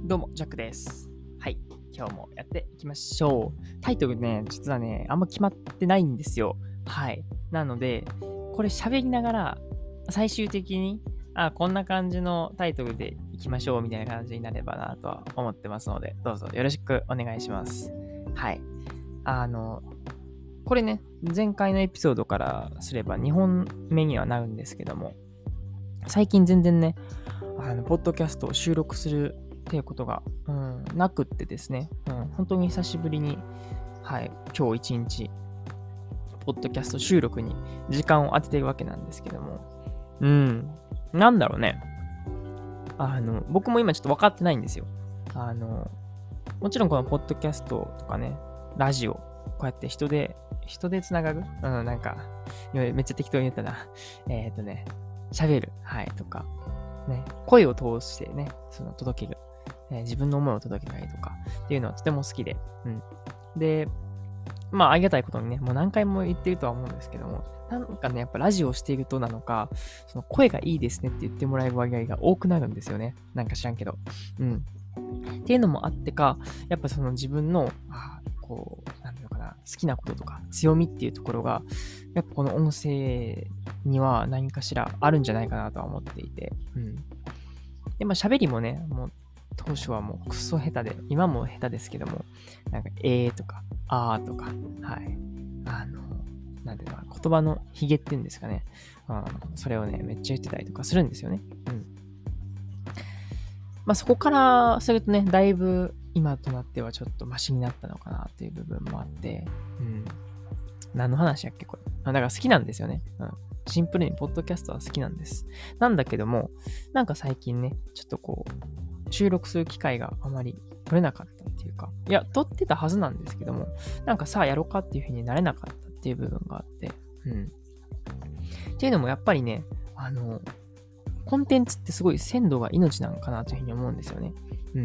どうも、ジャックです。はい、今日もやっていきましょう。タイトルね、実はね、あんま決まってないんですよ。はい。なので、これ喋りながら、最終的に、こんな感じのタイトルでいきましょうみたいな感じになればなとは思ってますので、どうぞよろしくお願いします。はい。これね、前回のエピソードからすれば2本目にはなるんですけども、最近全然ね、ポッドキャストを収録するっていうことが、なくってですね、本当に久しぶりに、はい、今日一日、ポッドキャスト収録に時間を当てているわけなんですけども、なんだろうね。僕も今ちょっと分かってないんですよ。もちろんこのポッドキャストとかね、ラジオ、こうやって人でつながるなんか、めっちゃ適当に言ったな。喋る、はい、とか、ね、声を通してね、届ける、自分の思いを届けたりとかっていうのはとても好きで、で、ありがたいことにね、もう何回も言ってるとは思うんですけども、なんかね、やっぱラジオをしているとなのか、その声がいいですねって言ってもらえる割合が多くなるんですよね。なんか知らんけど。っていうのもあってか、やっぱその自分の、なんていうのかな、好きなこととか強みっていうところが、やっぱこの音声には何かしらあるんじゃないかなとは思っていて、で、喋りもね、もう当初はもうクソ下手で、今も下手ですけども、なんか、とか、とか、はい。なんていうのかな、言葉のヒゲっていうんですかね。それをね、めっちゃ言ってたりとかするんですよね。そこからするとね、だいぶ今となってはちょっとマシになったのかなっていう部分もあって、何の話やっけこれ。だから好きなんですよね。シンプルにポッドキャストは好きなんです。なんだけども、なんか最近ね、ちょっと収録する機会があまり取れなかったっていうか、いや、撮ってたはずなんですけども、なんかさあやろうかっていう風になれなかったっていう部分があって、っていうのもやっぱりね、コンテンツってすごい鮮度が命なのかなというふうに思うんですよね。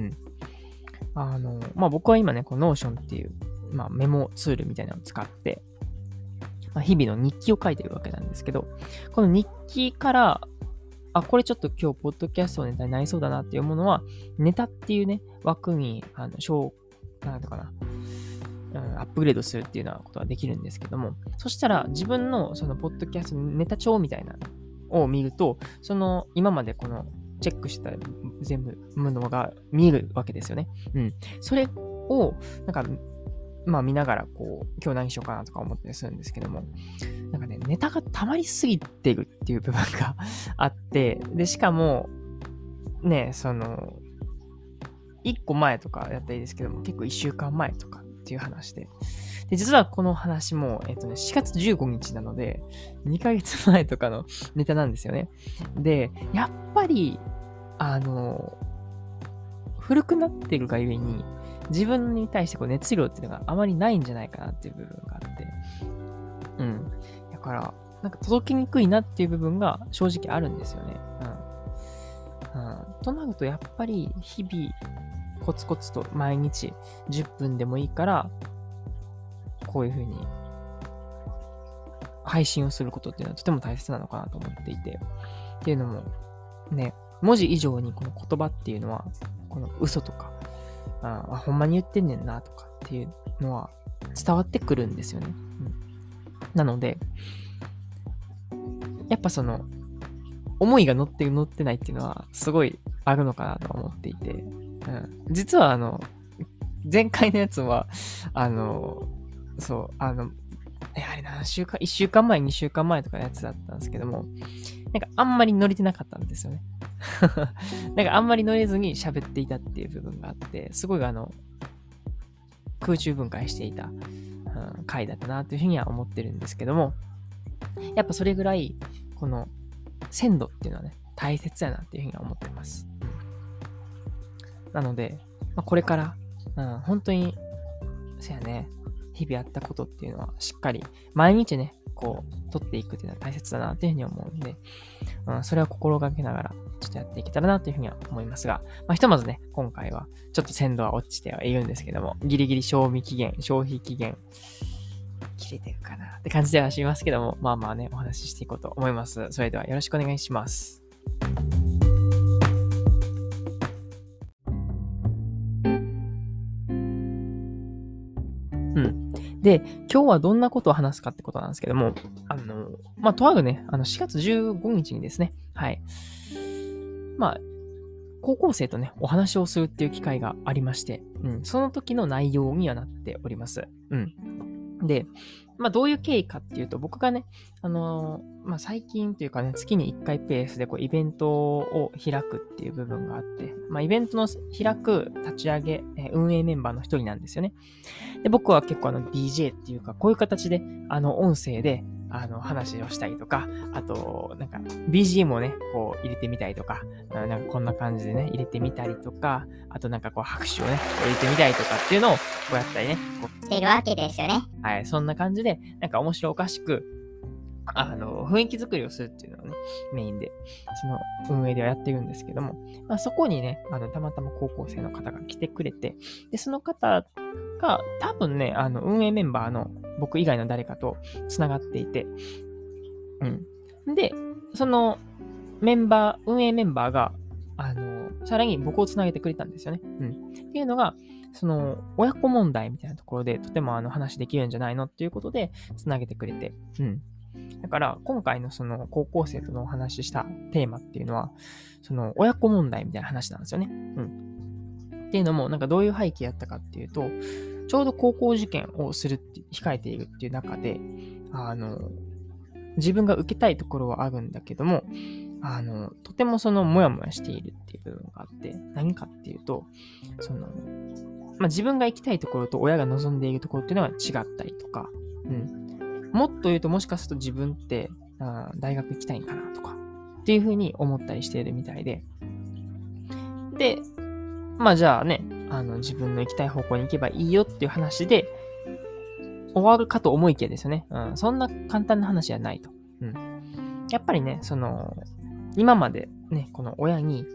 僕は今ね、この Notion っていう、メモツールみたいなのを使って、日々の日記を書いてるわけなんですけど、この日記から、これちょっと今日、ポッドキャストのネタになりそうだなっていうものは、ネタっていうね、枠に、なんていうかな、アップグレードするっていうようなことができるんですけども、そしたら自分のそのポッドキャストのネタ帳みたいなのを見ると、今までこのチェックした全部ものが見えるわけですよね。それを、なんか、見ながら、今日何しようかなとか思ったりするんですけども、なんかね、ネタが溜まりすぎてるっていう部分があって、で、しかも、ね、1個前とかやったらいいですけども、結構1週間前とかっていう話で、実はこの話も、4月15日なので、2ヶ月前とかのネタなんですよね。で、やっぱり、古くなってるがゆえに、自分に対して熱量っていうのがあまりないんじゃないかなっていう部分があって、だから、なんか届きにくいなっていう部分が正直あるんですよね。となると、やっぱり日々、コツコツと毎日10分でもいいから、こういう風に配信をすることっていうのはとても大切なのかなと思っていて。っていうのも、ね、文字以上にこの言葉っていうのは、この嘘とか、ほんまに言ってんねんなとかっていうのは伝わってくるんですよね。なので、やっぱ思いが乗ってる乗ってないっていうのはすごいあるのかなと思っていて、実は前回のやつは、あれな、1週間前、2週間前とかのやつだったんですけども、なんかあんまり乗れてなかったんですよね。なんかあんまり乗れずに喋っていたっていう部分があって、すごい空中分解していた、回だったなというふうには思ってるんですけども、やっぱそれぐらい、この鮮度っていうのはね、大切やなっていうふうには思ってます。なので、これから、本当に、そうやね、日々あったことっていうのはしっかり毎日ね、取っていくっていうのは大切だなっていうふうに思うんで、それは心がけながらちょっとやっていけたらなというふうには思いますが、ひとまずね、今回はちょっと鮮度は落ちてはいるんですけども、ギリギリ消費期限切れてるかなって感じではしますけども、ね、お話ししていこうと思います。それではよろしくお願いします。 で、今日はどんなことを話すかってことなんですけども、とあるね、4月15日にですね、はい。まあ、高校生とね、お話をするっていう機会がありまして、その時の内容にはなっております。で、どういう経緯かっていうと、僕がね、最近というかね、月に1回ペースでこうイベントを開くっていう部分があって、イベントの開く、立ち上げ、運営メンバーの一人なんですよね。で、僕は結構DJ っていうか、こういう形で、音声で、話をしたりとか、あと、BGM をね、こう入れてみたりとか、こんな感じでね、入れてみたりとか、あと拍手をね、こう入れてみたりとかっていうのを、こうやったりね、 しているわけですよね。 はい、そんな感じで、面白おかしく、雰囲気作りをするっていうのをね、メインで、その運営ではやってるんですけども、そこにね、たまたま高校生の方が来てくれて、で、その方が、多分ね、運営メンバーの僕以外の誰かと繋がっていて、で、その運営メンバーが、さらに僕を繋げてくれたんですよね。っていうのが、親子問題みたいなところで、とても話できるんじゃないのっていうことで、繋げてくれて、だから、今回のその高校生とのお話ししたテーマっていうのは、その親子問題みたいな話なんですよね。っていうのも、どういう背景やったかっていうと、ちょうど高校受験を控えているっていう中で、自分が受けたいところはあるんだけども、とてもモヤモヤしているっていう部分があって、何かっていうと、自分が行きたいところと親が望んでいるところっていうのは違ったりとか、もっと言うともしかすると自分って大学行きたいんかなとかっていうふうに思ったりしているみたいで。で、じゃあね、自分の行きたい方向に行けばいいよっていう話で終わるかと思いきやですよね。そんな簡単な話じゃないと。やっぱりね、今までね、この親に、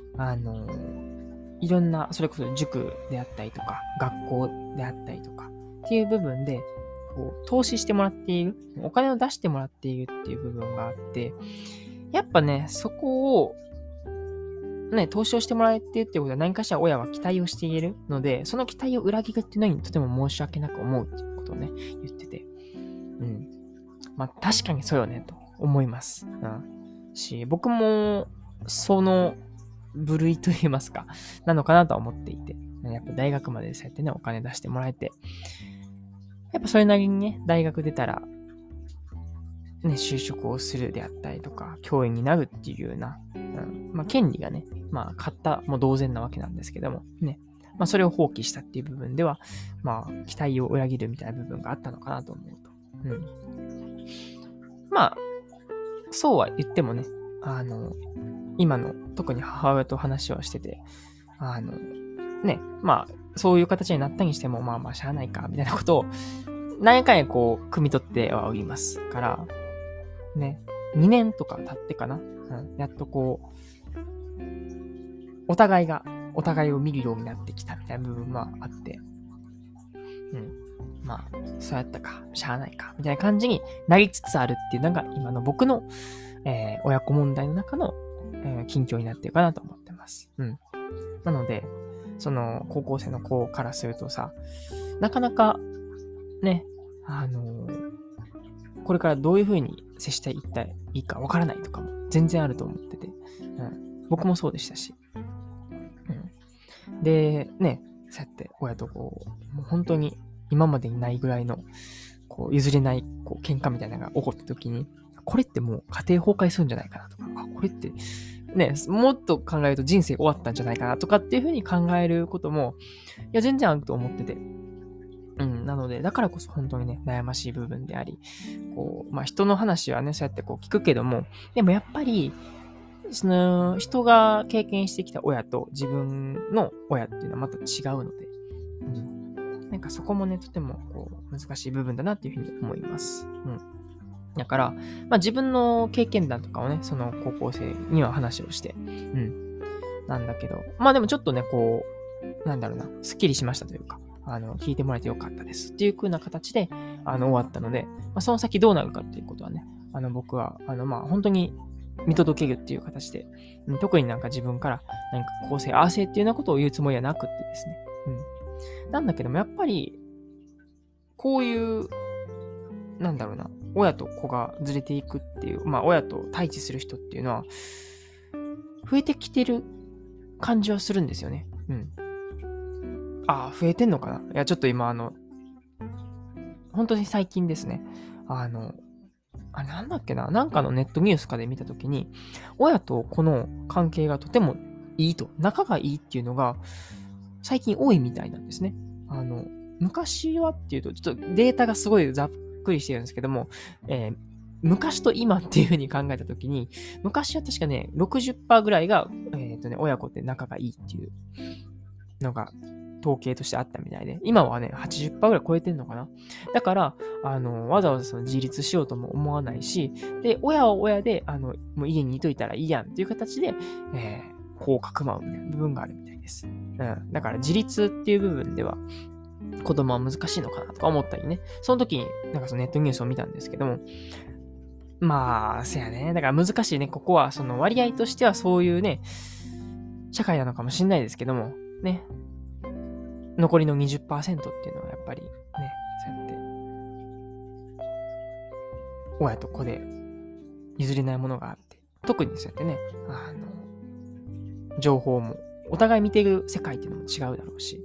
いろんな、それこそ塾であったりとか、学校であったりとかっていう部分で、投資してもらっている、お金を出してもらっているっていう部分があって、やっぱね、そこを、ね、投資をしてもらえているっていうことは何かしら親は期待をしているので、その期待を裏切るっていうのにとても申し訳なく思うっていうことをね、言ってて。確かにそうよね、と思います。僕も、その部類と言いますか、なのかなとは思っていて。やっぱ大学までそうやってね、お金出してもらえて、やっぱそれなりにね、大学出たら、ね、就職をするであったりとか、教員になるっていうような、権利がね、買ったも同然なわけなんですけども、ね、それを放棄したっていう部分では、期待を裏切るみたいな部分があったのかなと思うと。そうは言ってもね、今の、特に母親と話をしてて、そういう形になったにしても、しゃあないか、みたいなことを、何回か汲み取ってはおりますから、ね、2年とか経ってかな、やっとお互いを見るようになってきたみたいな部分はあって、そうやったか、しゃあないか、みたいな感じになりつつあるっていうのが、今の僕の、親子問題の中の、近況になってるかなと思ってます。なので、その、高校生の子からするとさ、なかなか、ね、これからどういう風に接していったらいいかわからないとかも全然あると思ってて、僕もそうでしたし。で、ね、そうやって親ともう本当に今までにないぐらいの、譲れない、喧嘩みたいなのが起こった時に、これってもう家庭崩壊するんじゃないかなとか、これって、ね、もっと考えると人生終わったんじゃないかなとかっていう風に考えることも、いや、全然あると思ってて。なので、だからこそ本当にね、悩ましい部分であり、人の話はね、そうやって聞くけども、でもやっぱり、その、人が経験してきた親と自分の親っていうのはまた違うので、そこもね、とても難しい部分だなっていうふうに思います。だから、自分の経験談とかをね、その高校生には話をして、なんだけど、でもちょっとね、スッキリしましたというか、聞いてもらえてよかったですっていう風な形で、終わったので、その先どうなるかっていうことはね、僕は、本当に見届けるっていう形で、特に自分からこうせいああせいっていうようなことを言うつもりはなくってですね。なんだけども、やっぱり、 こういう、なんだろうな、親と子がずれていくっていう、親と対峙する人っていうのは、増えてきてる感じはするんですよね。増えてんのかな。いや、ちょっと今、本当に最近ですね、あれなんだっけな、なんかのネットニュースかで見たときに、親と子の関係がとてもいいと、仲がいいっていうのが、最近多いみたいなんですね。昔はっていうと、ちょっとデータがすごいざっくりしてるんですけども、昔と今っていう風に考えたときに、昔は確かね、60% ぐらいが、親子って仲がいいっていうのが、統計としてあったみたいで、今はね、80% ぐらい超えてんのかな。だから、わざわざその自立しようとも思わないし、で、親は親で、もう家にいといたらいいやんっていう形で、こうかくまうみたいな部分があるみたいです。だから自立っていう部分では、子供は難しいのかなとか思ったりね。その時に、なんかそのネットニュースを見たんですけども、せやね。だから難しいね。ここは、その割合としてはそういうね、社会なのかもしれないですけども、ね。残りの 20% っていうのはやっぱりね、そうやって、親と子で譲れないものがあって、特にそうやってね、情報も、お互い見ている世界っていうのも違うだろうし、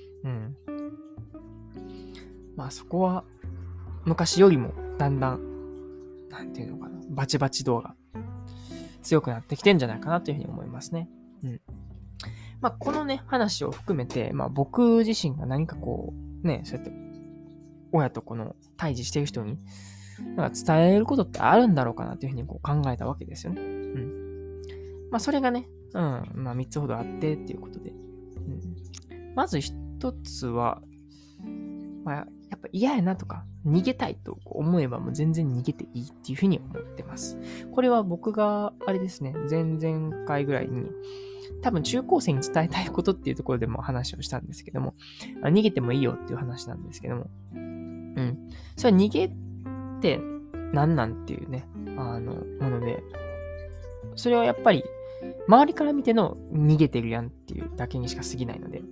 そこは、昔よりもだんだん、なんていうのかな、バチバチ度が強くなってきてんじゃないかなというふうに思いますね。このね、話を含めて、僕自身が何かこう、ね、そうやって、親と子の対峙している人に、なんか伝えることってあるんだろうかなというふうにこう考えたわけですよね。それがね、3つほどあってっていうことで。まず一つは、やっぱ嫌やなとか、逃げたいと思えばもう全然逃げていいっていうふうに思ってます。これは僕が、あれですね、前々回ぐらいに、多分中高生に伝えたいことっていうところでも話をしたんですけども、逃げてもいいよっていう話なんですけども、それは逃げって何なんっていうね、もので、それはやっぱり、周りから見ての逃げてるやんっていうだけにしか過ぎないので、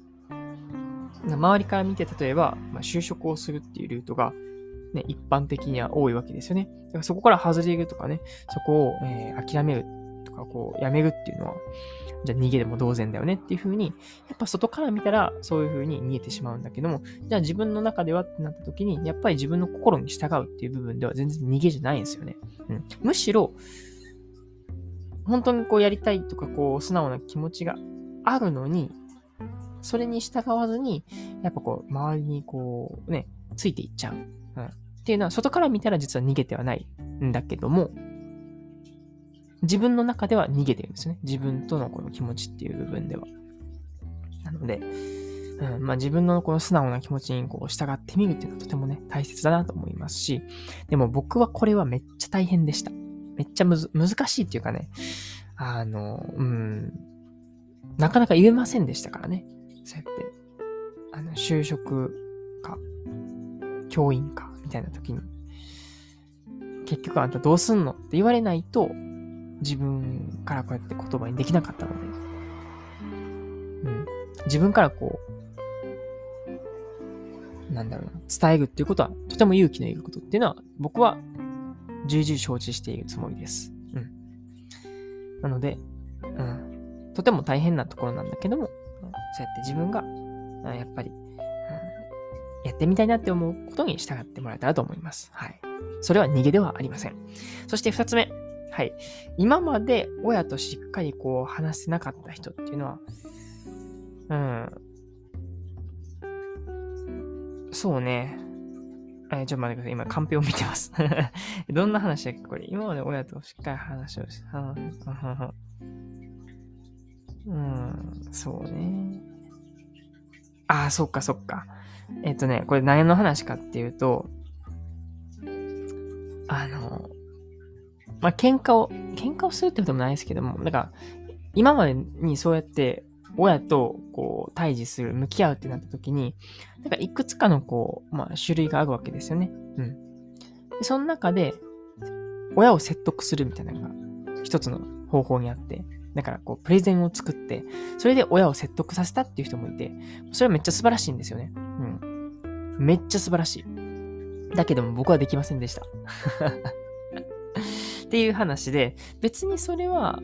周りから見て、例えば、就職をするっていうルートが、ね、一般的には多いわけですよね。だからそこから外れるとかね、そこを、諦めるとか、やめるっていうのは、じゃあ逃げでも同然だよねっていう風に、やっぱ外から見たらそういう風に見えてしまうんだけども、じゃあ自分の中ではってなった時に、やっぱり自分の心に従うっていう部分では全然逃げじゃないんですよね。むしろ、本当にやりたいとか、素直な気持ちがあるのに、それに従わずに、やっぱ周りについていっちゃう。っていうのは、外から見たら実は逃げてはないんだけども、自分の中では逃げてるんですね。自分とのこの気持ちっていう部分では。なので、自分のこの素直な気持ちに従ってみるっていうのはとてもね、大切だなと思いますし、でも僕はこれはめっちゃ大変でした。めっちゃ難しいっていうかね、なかなか言えませんでしたからね。そうやって、就職か、教員か、みたいな時に、結局あんたどうすんのって言われないと、自分からこうやって言葉にできなかったので、自分から伝えるっていうことは、とても勇気のいることっていうのは、僕は重々承知しているつもりです。なので、とても大変なところなんだけども、そうやって自分が、やっぱり、やってみたいなって思うことに従ってもらえたらと思います。はい。それは逃げではありません。そして二つ目。はい。今まで親としっかり話せなかった人っていうのは、そうね。ちょっと待ってください。今、カンペを見てます。どんな話だっけこれ。今まで親としっかり話をして、そうね。そっかそっか。これ何の話かっていうと、喧嘩をするってこともないですけども、今までにそうやって親と対峙する、向き合うってなった時に、いくつかの種類があるわけですよね。でその中で、親を説得するみたいなのが一つの方法にあって、だからプレゼンを作って、それで親を説得させたっていう人もいて、それはめっちゃ素晴らしいんですよね。 めっちゃ素晴らしい。だけども僕はできませんでした。っていう話で、別にそれは、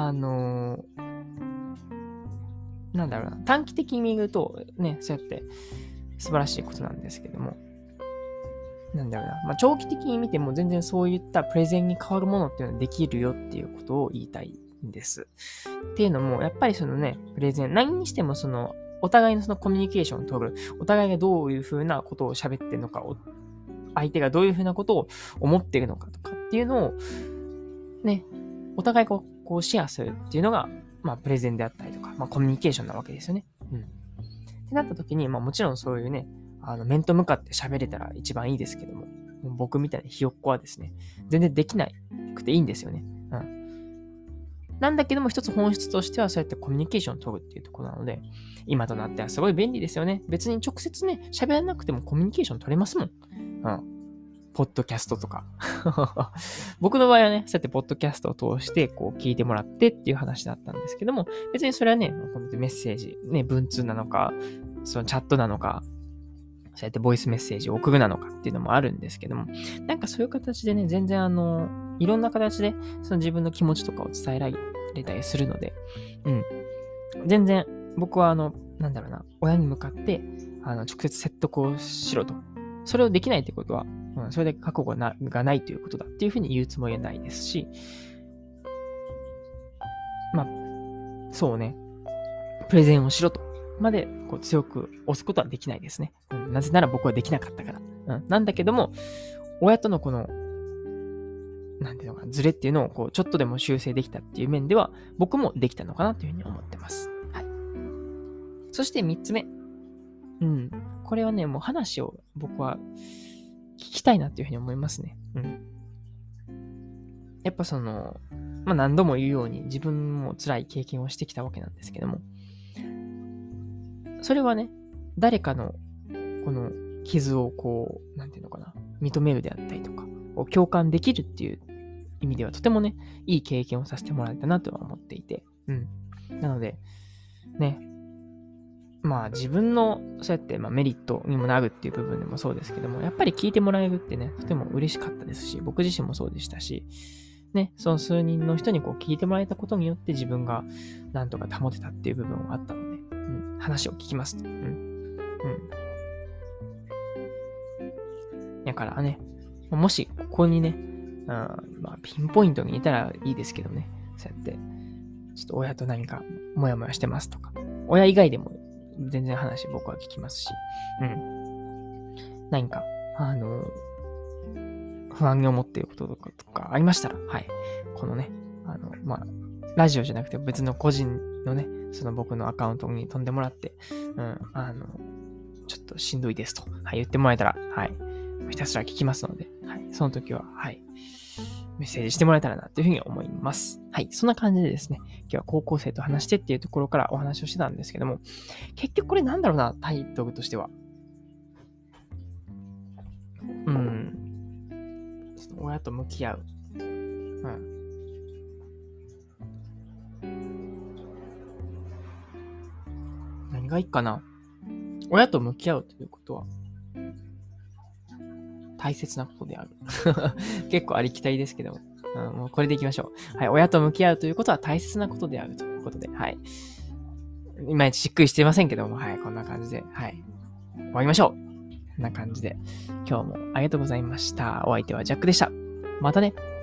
なんだろうな、短期的に見ると、ね、そうやって素晴らしいことなんですけども、なんだろうな、長期的に見ても全然そういったプレゼンに変わるものっていうのはできるよっていうことを言いたいんです。っていうのも、やっぱりそのね、プレゼン、何にしてもその、お互いのそのコミュニケーションを取る、お互いがどういうふうなことを喋ってるのか、相手がどういうふうなことを思ってるのかとかっていうのを、ね、お互いこうシェアするっていうのが、プレゼンであったりとか、コミュニケーションなわけですよね。ってなった時に、もちろんそういうね、面と向かって喋れたら一番いいですけども、僕みたいなひよっこはですね、全然できなくていいんですよね。なんだけども、一つ本質としてはそうやってコミュニケーションを取るっていうところなので、今となってはすごい便利ですよね。別に直接ね、喋らなくてもコミュニケーション取れますもん。ポッドキャストとか。僕の場合はね、そうやってポッドキャストを通してこう聞いてもらってっていう話だったんですけども、別にそれはね、メッセージ、ね、文通なのか、そのチャットなのか、そうやってボイスメッセージを送るなのかっていうのもあるんですけども、なんかそういう形でね、全然いろんな形でその自分の気持ちとかを伝えられたりするので、全然僕はなんだろうな、親に向かって直接説得をしろと。それをできないってことは、それで覚悟がないということだっていうふうに言うつもりはないですし、そうね、プレゼンをしろとまでこう強く押すことはできないですね。なぜなら僕はできなかったから。なんだけども、親とのこの、なんていうのかな、ズレっていうのをこうちょっとでも修正できたっていう面では、僕もできたのかなというふうに思ってます。はい。そして3つ目。これはね、もう話を僕は聞きたいなっていうふうに思いますね。やっぱその、何度も言うように自分も辛い経験をしてきたわけなんですけども、それはね、誰かのこの傷をこう、なんていうのかな、認めるであったりとか、共感できるっていう意味ではとてもね、いい経験をさせてもらえたなとは思っていて、なので、ね、自分のそうやってメリットにもなるっていう部分でもそうですけども、やっぱり聞いてもらえるってね、とても嬉しかったですし、僕自身もそうでしたし、ね、その数人の人にこう聞いてもらえたことによって自分がなんとか保てたっていう部分があったので、話を聞きますと。だからね、もしここにね、ピンポイントにいたらいいですけどね、そうやって、ちょっと親と何かモヤモヤしてますとか、親以外でも全然話僕は聞きますし、何か、不安に思っていることとかありましたら、はい、このね、ラジオじゃなくて別の個人のね、その僕のアカウントに飛んでもらって、ちょっとしんどいですと、言ってもらえたら、ひたすら聞きますので、その時は、メッセージしてもらえたらなというふうに思います。そんな感じでですね、今日は高校生と話してっていうところからお話をしてたんですけども、結局これなんだろうな、タイトルとしては。親と向き合う。何がいいかな。親と向き合うということは、大切なことである。結構ありきたりですけども、もうこれでいきましょう。親と向き合うということは大切なことであるということで、いまいちしっくりしていませんけども、こんな感じで、終わりましょう。こんな感じで、今日もありがとうございました。お相手はジャックでした。またね。